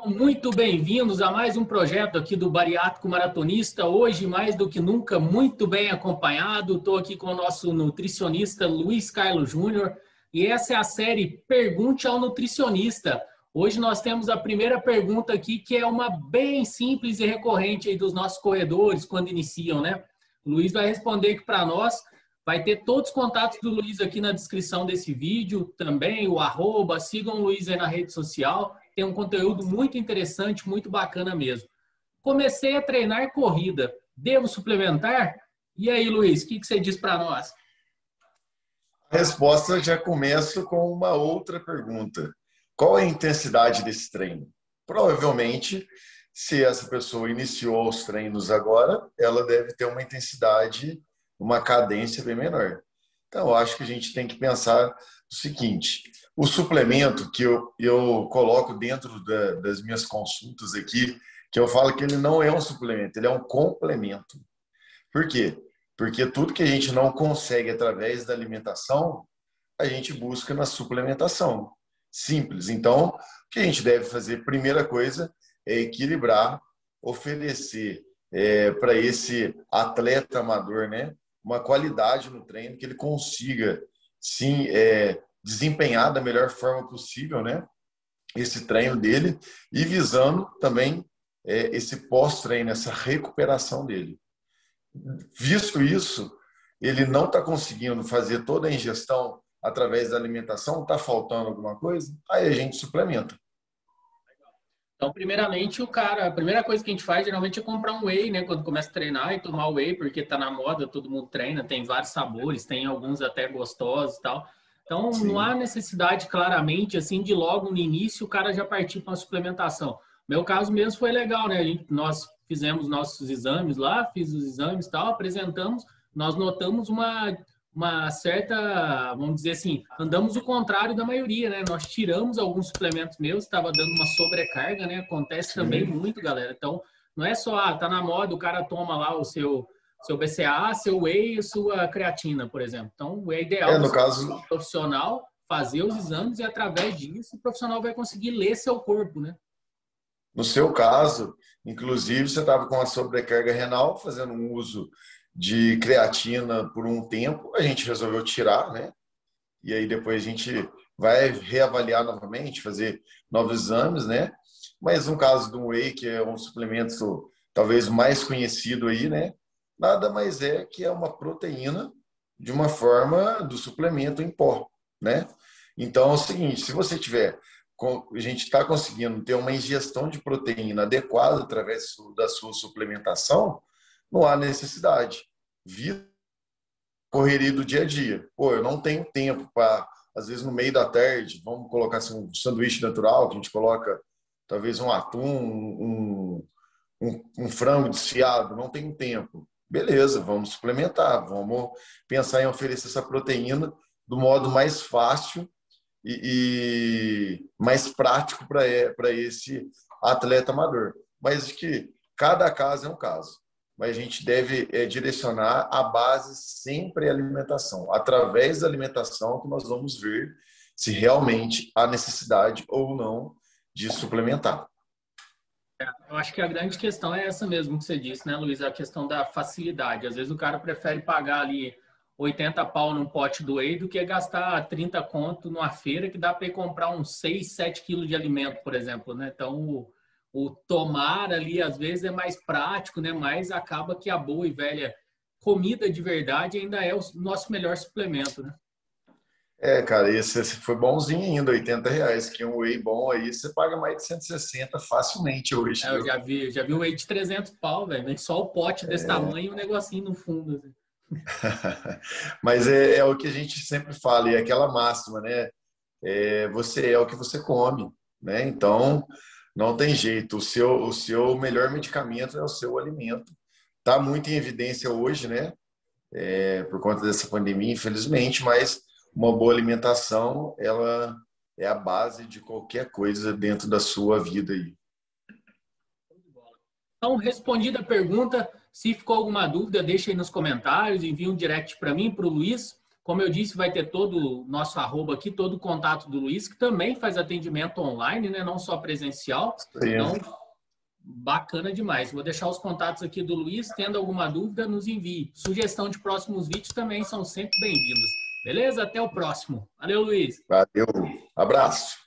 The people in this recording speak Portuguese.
Muito bem-vindos a mais um projeto aqui do Bariátrico Maratonista. Hoje, mais do que nunca, muito bem acompanhado. Estou aqui com o nosso nutricionista Luiz Carlos Júnior e essa é a série Pergunte ao Nutricionista. Hoje nós temos a primeira pergunta aqui, que é uma bem simples e recorrente aí dos nossos corredores quando iniciam, né? O Luiz vai responder aqui para nós. Vai ter todos os contatos do Luiz aqui na descrição desse vídeo, também o @, sigam o Luiz aí na rede social. Tem um conteúdo muito interessante, muito bacana mesmo. Comecei a treinar corrida. Devo suplementar? E aí, Luiz, o que você diz para nós? A resposta já começa com uma outra pergunta. Qual é a intensidade desse treino? Provavelmente, se essa pessoa iniciou os treinos agora, ela deve ter uma intensidade, uma cadência bem menor. Então, eu acho que a gente tem que pensar o seguinte: o suplemento que eu coloco dentro das minhas consultas aqui, que eu falo que ele não é um suplemento, ele é um complemento. Por quê? Porque tudo que a gente não consegue através da alimentação, a gente busca na suplementação. Simples. Então, o que a gente deve fazer, primeira coisa, é equilibrar, oferecer para esse atleta amador, né, uma qualidade no treino, que ele consiga, sim, desempenhar da melhor forma possível, né, esse treino dele, e visando também esse pós-treino, essa recuperação dele. Visto isso, ele não está conseguindo fazer toda a ingestão através da alimentação, está faltando alguma coisa, aí a gente suplementa. Então, primeiramente, a primeira coisa que a gente faz geralmente é comprar um whey, né? Quando começa a treinar e tomar whey, porque tá na moda, todo mundo treina, tem vários sabores, tem alguns até gostosos e tal. Então, não há Sim. necessidade, claramente, assim, de logo no início o cara já partir para uma suplementação. Meu caso mesmo foi legal, né? Nós fizemos nossos exames lá, fiz os exames e tal, apresentamos, nós notamos uma certa, vamos dizer assim, andamos o contrário da maioria, né? Nós tiramos alguns suplementos meus, estava dando uma sobrecarga, né? Acontece também Sim. muito, galera. Então, não é só, tá na moda, o cara toma lá o seu BCA, seu whey e sua creatina, por exemplo. Então, é ideal No você caso, ter um profissional, fazer os exames e através disso o profissional vai conseguir ler seu corpo, né? no seu caso, inclusive, você estava com uma sobrecarga renal, fazendo um uso de creatina por um tempo, a gente resolveu tirar, né? E aí depois a gente vai reavaliar novamente, fazer novos exames, né? Mas no caso do whey, que é um suplemento talvez mais conhecido aí, né? Nada mais é que é uma proteína de uma forma do suplemento em pó, né? Então é o seguinte: se você tiver, a gente está conseguindo ter uma ingestão de proteína adequada através da sua suplementação, não há necessidade. Vida, correria do dia a dia. Pô, eu não tenho tempo para, às vezes no meio da tarde, vamos colocar assim, um sanduíche natural, que a gente coloca talvez um atum, um frango desfiado, não tenho tempo. Beleza, vamos suplementar, vamos pensar em oferecer essa proteína do modo mais fácil e mais prático para esse atleta amador. Mas acho que cada caso é um caso. Mas a gente deve direcionar a base sempre à alimentação. Através da alimentação que nós vamos ver se realmente há necessidade ou não de suplementar. Eu acho que a grande questão é essa mesmo que você disse, né, Luiz? A questão da facilidade. Às vezes o cara prefere pagar ali 80 pau num pote do whey do que gastar 30 conto numa feira que dá para ir comprar uns 6, 7 quilos de alimento, por exemplo, né? Então, o tomar ali, às vezes, é mais prático, né? Mas acaba que a boa e velha comida de verdade ainda é o nosso melhor suplemento, né? Cara, esse foi bonzinho ainda, R$ 80, que um whey bom aí, você paga mais de 160 facilmente hoje, Eu viu? já vi o whey de 300 pau, velho. Vem só o pote desse tamanho e um negocinho no fundo, assim. Mas é o que a gente sempre fala, e é aquela máxima, né? Você é o que você come, né? Então, não tem jeito. O seu melhor medicamento é o seu alimento. Está muito em evidência hoje, né? Por conta dessa pandemia, infelizmente, mas uma boa alimentação, ela é a base de qualquer coisa dentro da sua vida aí. Então, respondida a pergunta, se ficou alguma dúvida, deixa aí nos comentários, envia um direct para mim, para o Luiz. Como eu disse, vai ter todo o nosso arroba aqui, todo o contato do Luiz, que também faz atendimento online, né? Não só presencial. Então, bacana demais. Vou deixar os contatos aqui do Luiz. Tendo alguma dúvida, nos envie. Sugestão de próximos vídeos também são sempre bem-vindos. Beleza? Até o próximo. Valeu, Luiz. Valeu. Abraço.